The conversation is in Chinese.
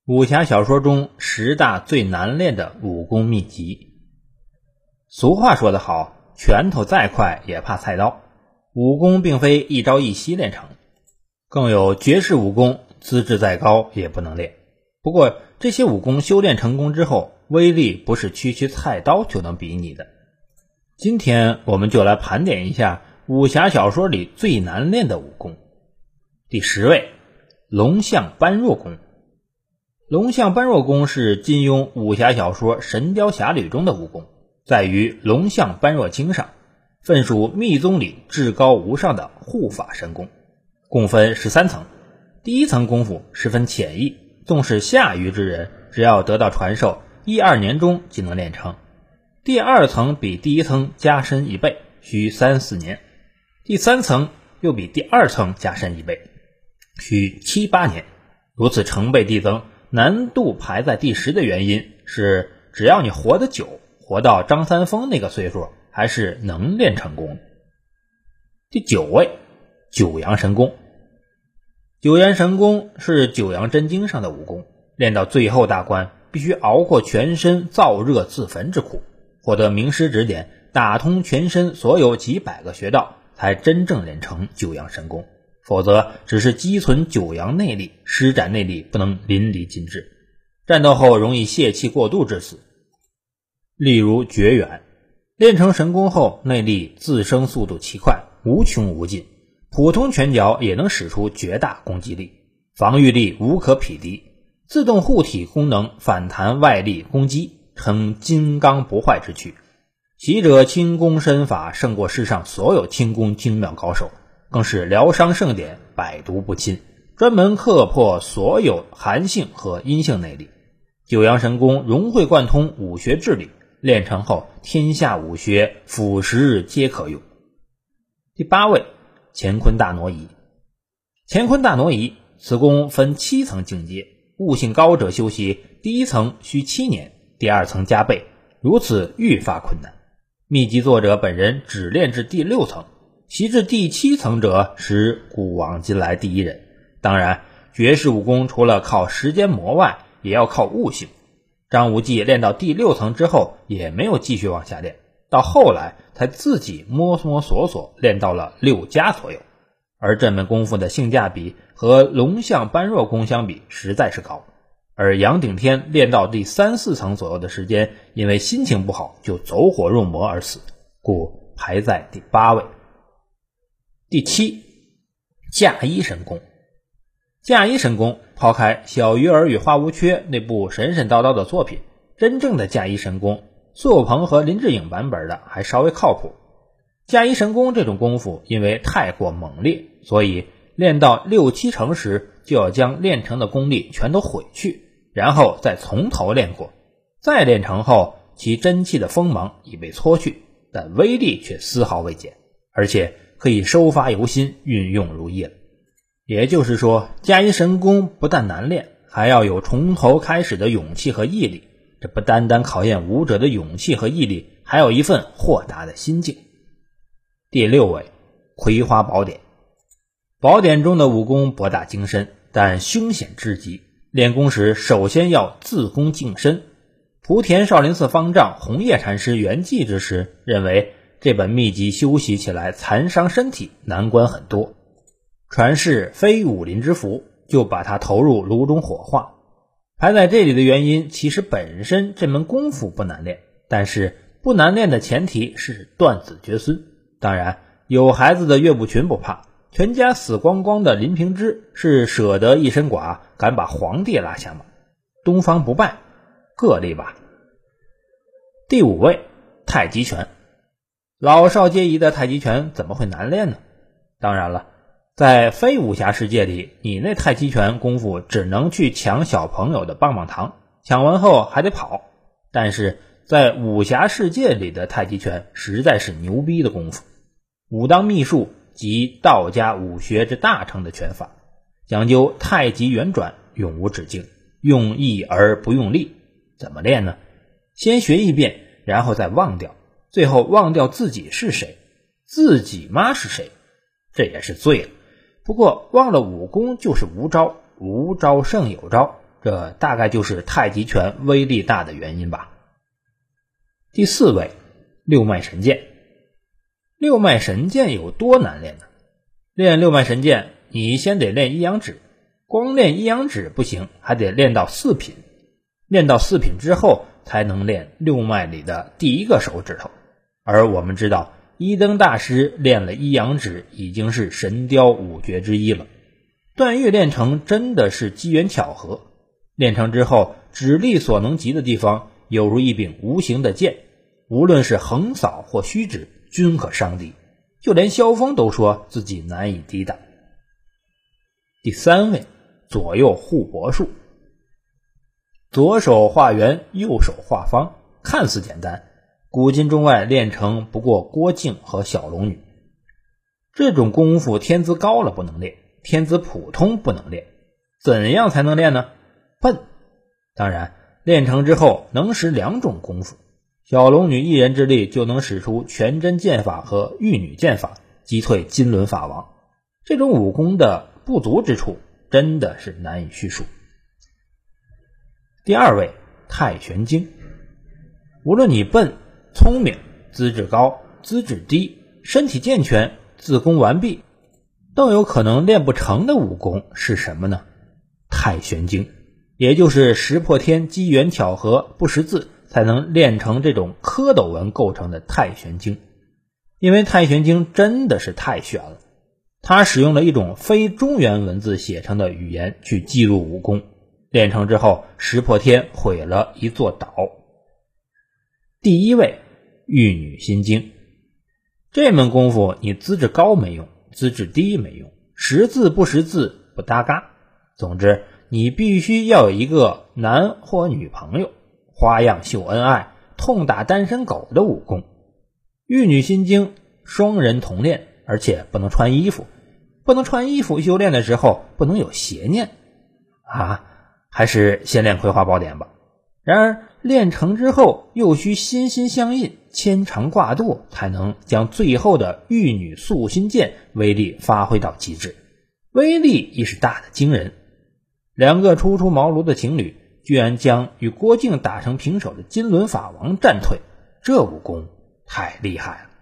武侠小说中10大最难练的武功秘籍。俗话说得好，拳头再快也怕菜刀，武功并非一朝一夕练成，更有绝世武功资质再高也不能练。不过这些武功修炼成功之后，威力不是区区菜刀就能比拟的。今天我们就来盘点一下武侠小说里最难练的武功。第10位，龙象般若功。龙象般若功是金庸武侠小说《神雕侠侣》中的武功，在于龙象般若经上，分属密宗里至高无上的护法神功，共分13层。第一层功夫十分浅易，纵使下愚之人，只要得到传授，1-2年中即能练成。第二层比第一层加深1倍，需3-4年。第三层又比第二层加深1倍，需7-8年。如此成倍递增，难度排在第10的原因是，只要你活得久，活到张三丰那个岁数，还是能练成功的。第9位，九阳神功。九阳神功是九阳真经上的武功，练到最后大关，必须熬过全身燥热自焚之苦，获得名师指点，打通全身所有几百个穴道，才真正练成九阳神功。否则只是积存九阳内力，施展内力不能淋漓尽致，战斗后容易泄气过度致死。例如绝缘，练成神功后，内力自生速度奇快，无穷无尽，普通拳脚也能使出绝大攻击力，防御力无可匹敌，自动护体功能反弹外力攻击，称金刚不坏之躯。习者轻功身法胜过世上所有轻功精妙高手，更是疗伤盛典，百毒不侵，专门克破所有寒性和阴性内力。九阳神功融会贯通武学治理，练成后天下武学腐蚀皆可用。第8位，乾坤大挪移。乾坤大挪移，此功分7层境界，悟性高者修习第一层需7年，第二层加倍，如此愈发困难。秘籍作者本人只练至第6层，习至第7层者实古往今来第一人。当然，绝世武功除了靠时间磨外，也要靠悟性。张无忌练到第6层之后，也没有继续往下练，到后来才自己摸摸索索练到了6家左右。而这门功夫的性价比和龙象般若功相比实在是高。而杨顶天练到第3-4层左右的时间，因为心情不好就走火入魔而死，故排在第8位。第7，嫁衣神功。嫁衣神功抛开小鱼儿与花无缺那部神神叨叨的作品，真正的嫁衣神功，苏有朋和林志颖版本的还稍微靠谱。嫁衣神功这种功夫因为太过猛烈，所以练到6-7成时，就要将练成的功力全都毁去，然后再从头练过。再练成后，其真气的锋芒已被搓去，但威力却丝毫未减，而且可以收发由心，运用如意了。也就是说，嫁衣神功不但难练，还要有从头开始的勇气和毅力。这不单单考验武者的勇气和毅力，还有一份豁达的心境。第6位，葵花宝典。宝典中的武功博大精深，但凶险至极，练功时首先要自宫净身。莆田少林寺方丈弘叶禅师圆寂之时认为，这本秘籍修习起来残伤身体，难关很多，传世非武林之福，就把它投入炉中火化。排在这里的原因，其实本身这门功夫不难练，但是不难练的前提是断子绝孙。当然，有孩子的岳不群不怕，全家死光光的林平之是舍得一身剐，敢把皇帝拉下马。东方不败，个例吧。第5位，太极拳。老少皆宜的太极拳怎么会难练呢？当然了，在非武侠世界里，你那太极拳功夫只能去抢小朋友的棒棒糖，抢完后还得跑。但是在武侠世界里的太极拳实在是牛逼的功夫。武当秘术即道家武学之大成的拳法，讲究太极圆转，永无止境，用意而不用力。怎么练呢？先学一遍，然后再忘掉，最后忘掉自己是谁，自己妈是谁，这也是醉了。不过忘了武功就是无招，无招胜有招， 这大概就是太极拳威力大的原因吧。第4位，六脉神剑。六脉神剑有多难练呢？练六脉神剑，你先得练阴阳指，光练阴阳指不行，还得练到4品。练到4品之后，才能练六脉里的第一个手指头。而我们知道，一灯大师练了阴阳指已经是神雕5绝之一了。段誉练成真的是机缘巧合，练成之后，指力所能及的地方，有如一柄无形的剑，无论是横扫或虚指，均可伤敌，就连萧峰都说自己难以抵挡。第3位，左右互搏术。左手画圆，右手画方，看似简单，古今中外练成不过郭靖和小龙女。这种功夫天资高了不能练，天资普通不能练，怎样才能练呢？笨。当然，练成之后能使2种功夫，小龙女一人之力就能使出全真剑法和玉女剑法，击退金轮法王。这种武功的不足之处真的是难以叙述。第2位，太玄经。无论你笨、聪明、资质高、资质低、身体健全、自宫完毕，都有可能练不成的武功是什么呢？太玄经，也就是石破天机缘巧合不识字才能练成这种蝌蚪文构成的太玄经。因为太玄经真的是太玄了，它使用了一种非中原文字写成的语言去记录武功，练成之后，石破天毁了一座岛。第1位，玉女心经。这门功夫你资质高没用，资质低没用，识字不识字不搭嘎。总之，你必须要有一个男或女朋友，花样秀恩爱，痛打单身狗的武功。玉女心经双人同练，而且不能穿衣服，修炼的时候不能有邪念啊，还是先练葵花宝典吧。然而练成之后又需心心相印，牵肠挂肚，才能将最后的玉女素心剑威力发挥到极致，威力亦是大的惊人。2个初出茅庐的情侣居然将与郭靖打成平手的金轮法王战退，这武功太厉害了。